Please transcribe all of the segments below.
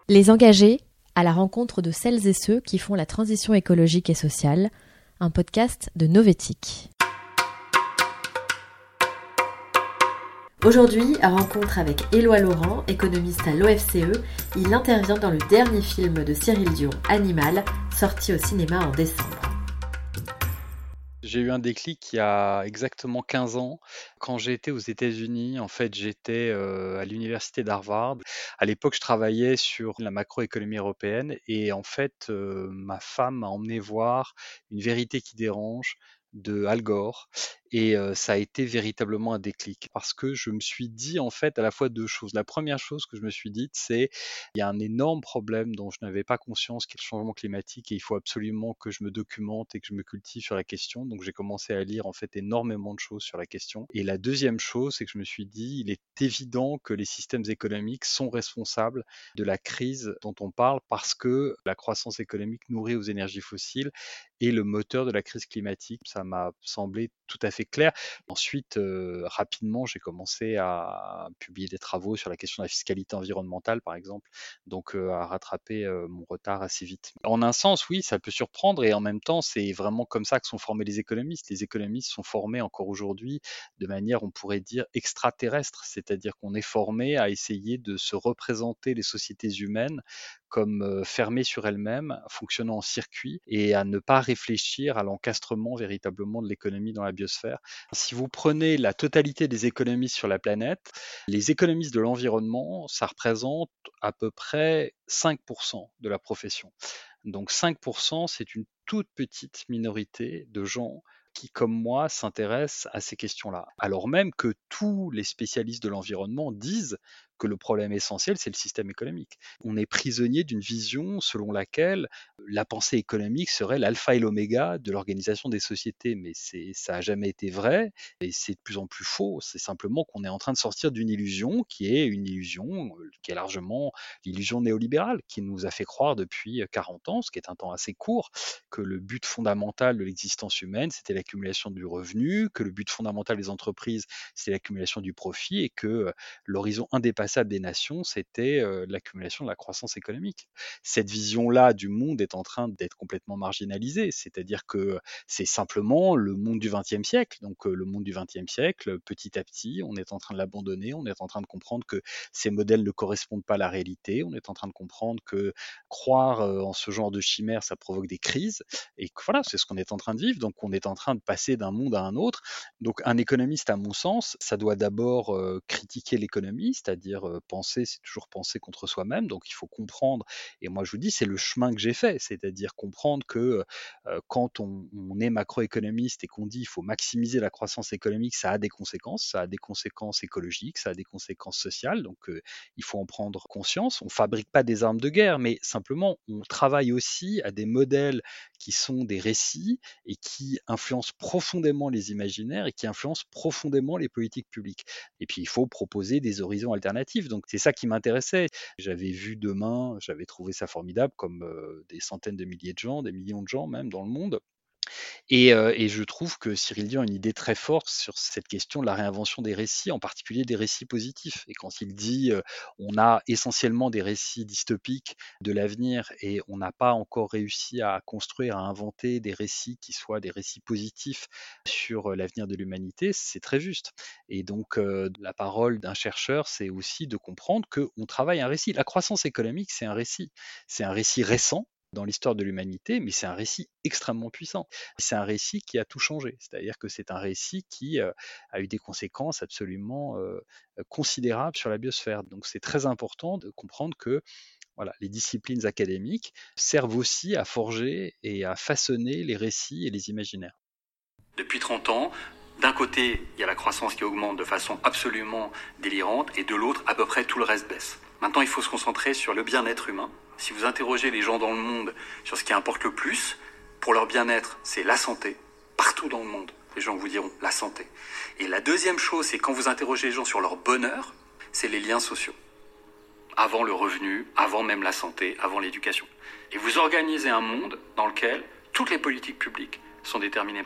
Les engagés à la rencontre de celles et ceux qui font la transition écologique et sociale, un podcast de Novétique. Aujourd'hui, à rencontre avec Éloi Laurent, économiste à l'OFCE, il intervient dans le dernier film de Cyril Dion, Animal, sorti au cinéma en décembre. J'ai eu un déclic il y a exactement 15 ans. Quand j'ai été aux États-Unis, j'étais à l'université d'Harvard. À l'époque, je travaillais sur la macroéconomie européenne et ma femme m'a emmené voir Une vérité qui dérange de Al Gore et ça a été véritablement un déclic parce que je me suis dit à la fois deux choses. La première chose que je me suis dite, c'est il y a un énorme problème dont je n'avais pas conscience, qui est le changement climatique, et il faut absolument que je me documente et que je me cultive sur la question. Donc j'ai commencé à lire énormément de choses sur la question. Et la deuxième chose, c'est que je me suis dit, il est évident que les systèmes économiques sont responsables de la crise dont on parle parce que la croissance économique nourrie aux énergies fossiles est le moteur de la crise climatique. Ça m'a semblé tout à fait clair. Ensuite, rapidement, j'ai commencé à publier des travaux sur la question de la fiscalité environnementale, par exemple, donc à rattraper mon retard assez vite. En un sens, oui, ça peut surprendre, et en même temps, c'est vraiment comme ça que sont formés les économistes. Les économistes sont formés encore aujourd'hui de manière, on pourrait dire, extraterrestre, c'est-à-dire qu'on est formé à essayer de se représenter les sociétés humaines comme fermées sur elles-mêmes, fonctionnant en circuit, et à ne pas réfléchir à l'encastrement véritablement de l'économie dans la biosphère. Si vous prenez la totalité des économistes sur la planète, les économistes de l'environnement, ça représente à peu près 5% de la profession. Donc 5%, c'est une toute petite minorité de gens qui, comme moi, s'intéressent à ces questions-là. Alors même que tous les spécialistes de l'environnement disent que le problème essentiel, c'est le système économique. On est prisonnier d'une vision selon laquelle la pensée économique serait l'alpha et l'oméga de l'organisation des sociétés, mais ça n'a jamais été vrai, et c'est de plus en plus faux. C'est simplement qu'on est en train de sortir d'une illusion qui est une illusion qui est largement l'illusion néolibérale, qui nous a fait croire depuis 40 ans, ce qui est un temps assez court, que le but fondamental de l'existence humaine, c'était l'accumulation du revenu, que le but fondamental des entreprises, c'était l'accumulation du profit, et que l'horizon indépassable des nations, c'était l'accumulation de la croissance économique. Cette vision-là du monde est en train d'être complètement marginalisée, c'est-à-dire que c'est simplement le monde du XXe siècle. Donc le monde du XXe siècle, petit à petit, on est en train de l'abandonner, on est en train de comprendre que ces modèles ne correspondent pas à la réalité, on est en train de comprendre que croire en ce genre de chimère, ça provoque des crises, et que voilà, c'est ce qu'on est en train de vivre. Donc on est en train de passer d'un monde à un autre. Donc un économiste, à mon sens, ça doit d'abord critiquer l'économie, c'est-à-dire penser, c'est toujours penser contre soi-même. Donc il faut comprendre, et moi je vous dis, c'est le chemin que j'ai fait, c'est-à-dire comprendre que quand on est macroéconomiste et qu'on dit il faut maximiser la croissance économique, ça a des conséquences écologiques, ça a des conséquences sociales, donc il faut en prendre conscience. On ne fabrique pas des armes de guerre, mais simplement on travaille aussi à des modèles qui sont des récits et qui influencent profondément les imaginaires et qui influencent profondément les politiques publiques. Et puis il faut proposer des horizons alternatifs. Donc c'est ça qui m'intéressait. J'avais vu Demain, j'avais trouvé ça formidable, comme des centaines de milliers de gens, des millions de gens même dans le monde. Et je trouve que Cyril Dion a une idée très forte sur cette question de la réinvention des récits, en particulier des récits positifs. Et quand il dit on a essentiellement des récits dystopiques de l'avenir et on n'a pas encore réussi à construire, à inventer des récits qui soient des récits positifs sur l'avenir de l'humanité, c'est très juste. Et donc la parole d'un chercheur, c'est aussi de comprendre qu'on travaille un récit. La croissance économique, c'est un récit. C'est un récit récent dans l'histoire de l'humanité, mais c'est un récit extrêmement puissant. C'est un récit qui a tout changé, c'est-à-dire que c'est un récit qui a eu des conséquences absolument considérables sur la biosphère. Donc c'est très important de comprendre que voilà, les disciplines académiques servent aussi à forger et à façonner les récits et les imaginaires. Depuis 30 ans, d'un côté, il y a la croissance qui augmente de façon absolument délirante, et de l'autre, à peu près tout le reste baisse. Maintenant, il faut se concentrer sur le bien-être humain. Si vous interrogez les gens dans le monde sur ce qui importe le plus, pour leur bien-être, c'est la santé. Partout dans le monde, les gens vous diront la santé. Et la deuxième chose, c'est quand vous interrogez les gens sur leur bonheur, c'est les liens sociaux. Avant le revenu, avant même la santé, avant l'éducation. Et vous organisez un monde dans lequel toutes les politiques publiques sont déterminées par ça.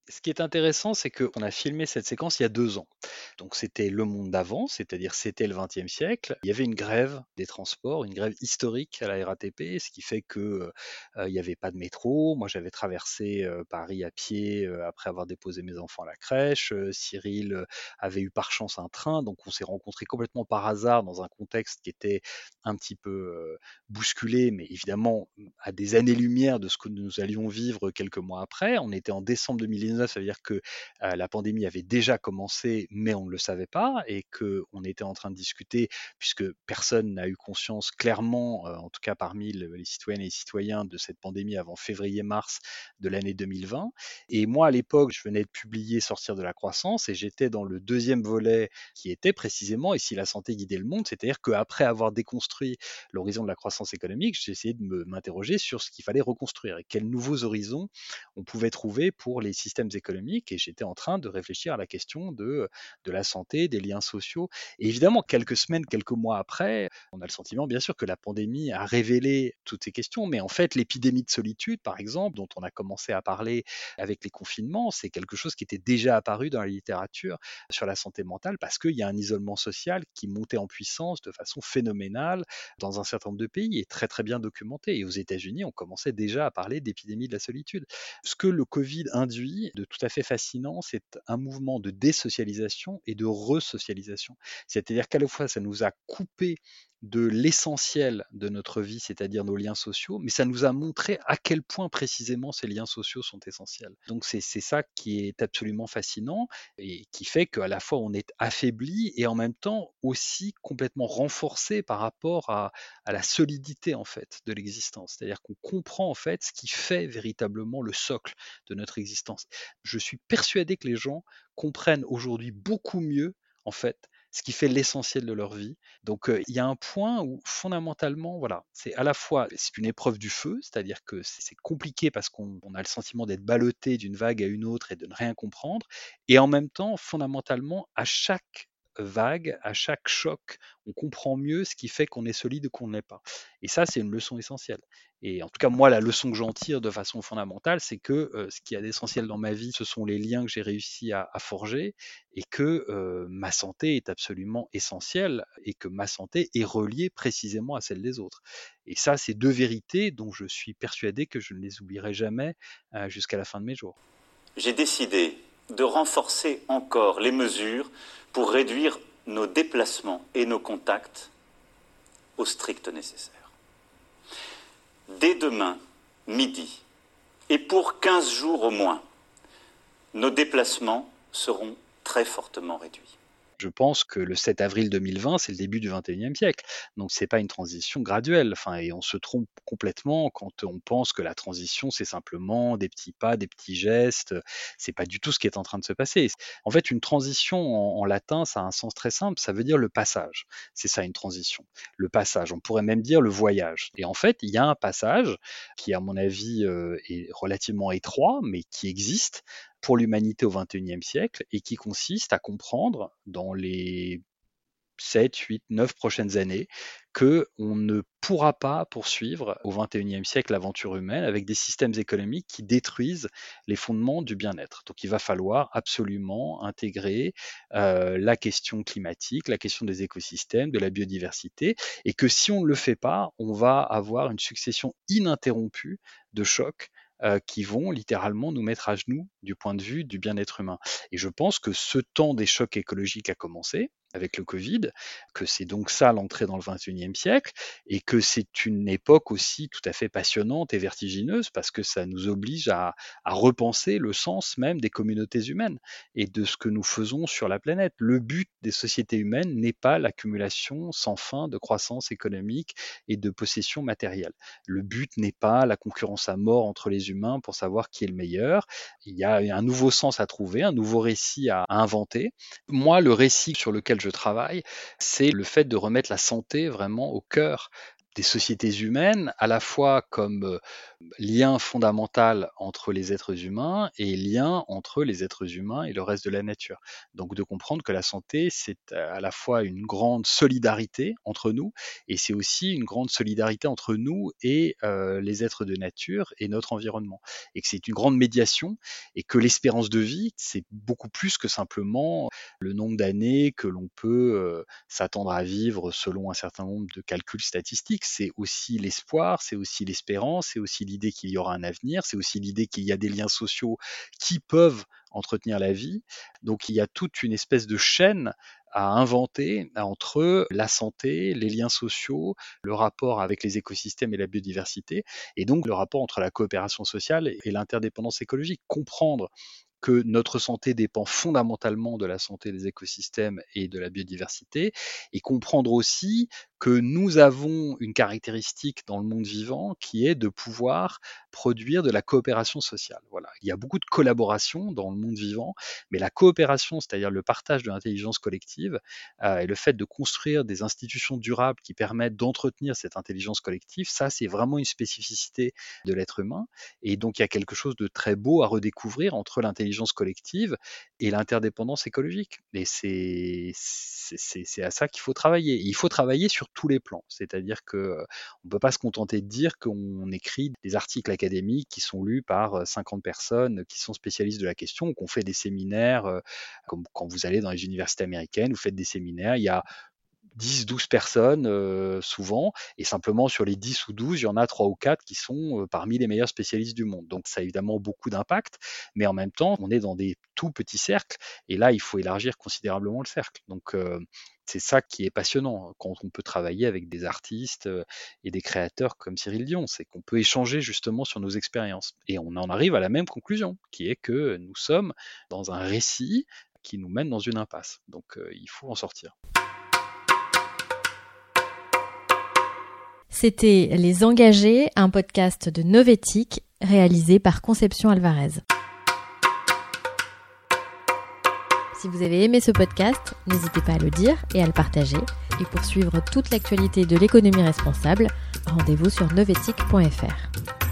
Ce qui est intéressant, c'est qu'on a filmé cette séquence il y a 2 ans. Donc c'était le monde d'avant, c'est-à-dire c'était le XXe siècle. Il y avait une grève des transports, une grève historique à la RATP, ce qui fait que il n'y avait pas de métro. Moi, j'avais traversé Paris à pied après avoir déposé mes enfants à la crèche. Cyril avait eu par chance un train, donc on s'est rencontrés complètement par hasard dans un contexte qui était un petit peu bousculé, mais évidemment à des années-lumière de ce que nous allions vivre quelques mois après. On était en décembre 2019, ça veut dire que la pandémie avait déjà commencé, mais on ne le savait pas, et qu'on était en train de discuter, puisque personne n'a eu conscience clairement, en tout cas parmi les citoyennes et les citoyens, de cette pandémie avant février-mars de l'année 2020. Et moi, à l'époque, je venais de publier Sortir de la croissance, et j'étais dans le deuxième volet qui était précisément « Et si la santé guidait le monde », c'est-à-dire qu'après avoir déconstruit l'horizon de la croissance économique, j'ai essayé de m'interroger sur ce qu'il fallait reconstruire et quels nouveaux horizons on pouvait trouver pour les systèmes économiques. Et j'étais en train de réfléchir à la question de la santé, des liens sociaux. Et évidemment, quelques semaines, quelques mois après, on a le sentiment, bien sûr, que la pandémie a révélé toutes ces questions. Mais en fait, l'épidémie de solitude, par exemple, dont on a commencé à parler avec les confinements, c'est quelque chose qui était déjà apparu dans la littérature sur la santé mentale, parce qu'il y a un isolement social qui montait en puissance de façon phénoménale dans un certain nombre de pays, et très très bien documenté. Et aux États-Unis, on commençait déjà à parler d'épidémie de la solitude. Ce que le Covid induit de tout à fait fascinant, c'est un mouvement de désocialisation et de resocialisation. C'est-à-dire qu'à la fois, ça nous a coupé de l'essentiel de notre vie, c'est-à-dire nos liens sociaux, mais ça nous a montré à quel point précisément ces liens sociaux sont essentiels. Donc c'est ça qui est absolument fascinant, et qui fait qu'à la fois on est affaibli et en même temps aussi complètement renforcé par rapport à la solidité en fait de l'existence. C'est-à-dire qu'on comprend en fait ce qui fait véritablement le socle de notre existence. Je suis persuadé que les gens comprennent aujourd'hui beaucoup mieux en fait ce qui fait l'essentiel de leur vie. Donc il y a un point où fondamentalement, voilà, c'est à la fois c'est une épreuve du feu, c'est-à-dire que c'est compliqué parce qu'on a le sentiment d'être ballotté d'une vague à une autre et de ne rien comprendre, et en même temps, fondamentalement, à chaque vague, à chaque choc, on comprend mieux ce qui fait qu'on est solide ou qu'on ne l'est pas. Et ça, c'est une leçon essentielle. Et en tout cas, moi, la leçon que j'en tire de façon fondamentale, c'est que ce qui est d'essentiel dans ma vie, ce sont les liens que j'ai réussi à forger, et que ma santé est absolument essentielle, et que ma santé est reliée précisément à celle des autres. Et ça, c'est deux vérités dont je suis persuadé que je ne les oublierai jamais jusqu'à la fin de mes jours. J'ai décidé de renforcer encore les mesures pour réduire nos déplacements et nos contacts au strict nécessaire. Dès demain, midi, et pour 15 jours au moins, nos déplacements seront très fortement réduits. Je pense que le 7 avril 2020, c'est le début du 21e siècle. Donc, c'est pas une transition graduelle. Et on se trompe complètement quand on pense que la transition, c'est simplement des petits pas, des petits gestes. C'est pas du tout ce qui est en train de se passer. En fait, une transition en latin, ça a un sens très simple. Ça veut dire le passage. C'est ça, une transition. Le passage. On pourrait même dire le voyage. Et en fait, il y a un passage qui, à mon avis, est relativement étroit, mais qui existe pour l'humanité au XXIe siècle, et qui consiste à comprendre dans les 7, 8, 9 prochaines années qu'on ne pourra pas poursuivre au XXIe siècle l'aventure humaine avec des systèmes économiques qui détruisent les fondements du bien-être. Donc il va falloir absolument intégrer la question climatique, la question des écosystèmes, de la biodiversité, et que si on ne le fait pas, on va avoir une succession ininterrompue de chocs qui vont littéralement nous mettre à genoux du point de vue du bien-être humain. Et je pense que ce temps des chocs écologiques a commencé avec le Covid, que c'est donc ça l'entrée dans le XXIe siècle, et que c'est une époque aussi tout à fait passionnante et vertigineuse, parce que ça nous oblige à repenser le sens même des communautés humaines et de ce que nous faisons sur la planète. Le but des sociétés humaines n'est pas l'accumulation sans fin de croissance économique et de possession matérielle. Le but n'est pas la concurrence à mort entre les humains pour savoir qui est le meilleur. Il y a un nouveau sens à trouver, un nouveau récit à inventer. Moi, le récit sur lequel je travaille, c'est le fait de remettre la santé vraiment au cœur des sociétés humaines, à la fois comme lien fondamental entre les êtres humains et lien entre les êtres humains et le reste de la nature. Donc de comprendre que la santé, c'est à la fois une grande solidarité entre nous, et c'est aussi une grande solidarité entre nous et les êtres de nature et notre environnement. Et que c'est une grande médiation, et que l'espérance de vie, c'est beaucoup plus que simplement le nombre d'années que l'on peut s'attendre à vivre selon un certain nombre de calculs statistiques. C'est aussi l'espoir, c'est aussi l'espérance, c'est aussi l'idée qu'il y aura un avenir, c'est aussi l'idée qu'il y a des liens sociaux qui peuvent entretenir la vie. Donc il y a toute une espèce de chaîne à inventer entre la santé, les liens sociaux, le rapport avec les écosystèmes et la biodiversité, et donc le rapport entre la coopération sociale et l'interdépendance écologique. Comprendre que notre santé dépend fondamentalement de la santé des écosystèmes et de la biodiversité, et comprendre aussi que nous avons une caractéristique dans le monde vivant qui est de pouvoir produire de la coopération sociale. Voilà. Il y a beaucoup de collaboration dans le monde vivant, mais la coopération, c'est-à-dire le partage de l'intelligence collective et le fait de construire des institutions durables qui permettent d'entretenir cette intelligence collective, ça c'est vraiment une spécificité de l'être humain, et donc il y a quelque chose de très beau à redécouvrir entre l'intelligence collective et l'interdépendance écologique. Et c'est à ça qu'il faut travailler. Et il faut travailler sur tous les plans. C'est-à-dire qu'on ne peut pas se contenter de dire qu'on écrit des articles académiques qui sont lus par 50 personnes qui sont spécialistes de la question, ou qu'on fait des séminaires, comme quand vous allez dans les universités américaines, vous faites des séminaires, il y a 10-12 personnes souvent, et simplement sur les 10 ou 12, il y en a 3 ou 4 qui sont parmi les meilleurs spécialistes du monde. Donc ça a évidemment beaucoup d'impact, mais en même temps, on est dans des tout petits cercles, et là, il faut élargir considérablement le cercle. Donc c'est ça qui est passionnant quand on peut travailler avec des artistes et des créateurs comme Cyril Dion, c'est qu'on peut échanger justement sur nos expériences. Et on en arrive à la même conclusion, qui est que nous sommes dans un récit qui nous mène dans une impasse. Donc il faut en sortir. C'était Les Engagés, un podcast de Novétique réalisé par Conception Alvarez. Si vous avez aimé ce podcast, n'hésitez pas à le dire et à le partager. Et pour suivre toute l'actualité de l'économie responsable, rendez-vous sur novetic.fr.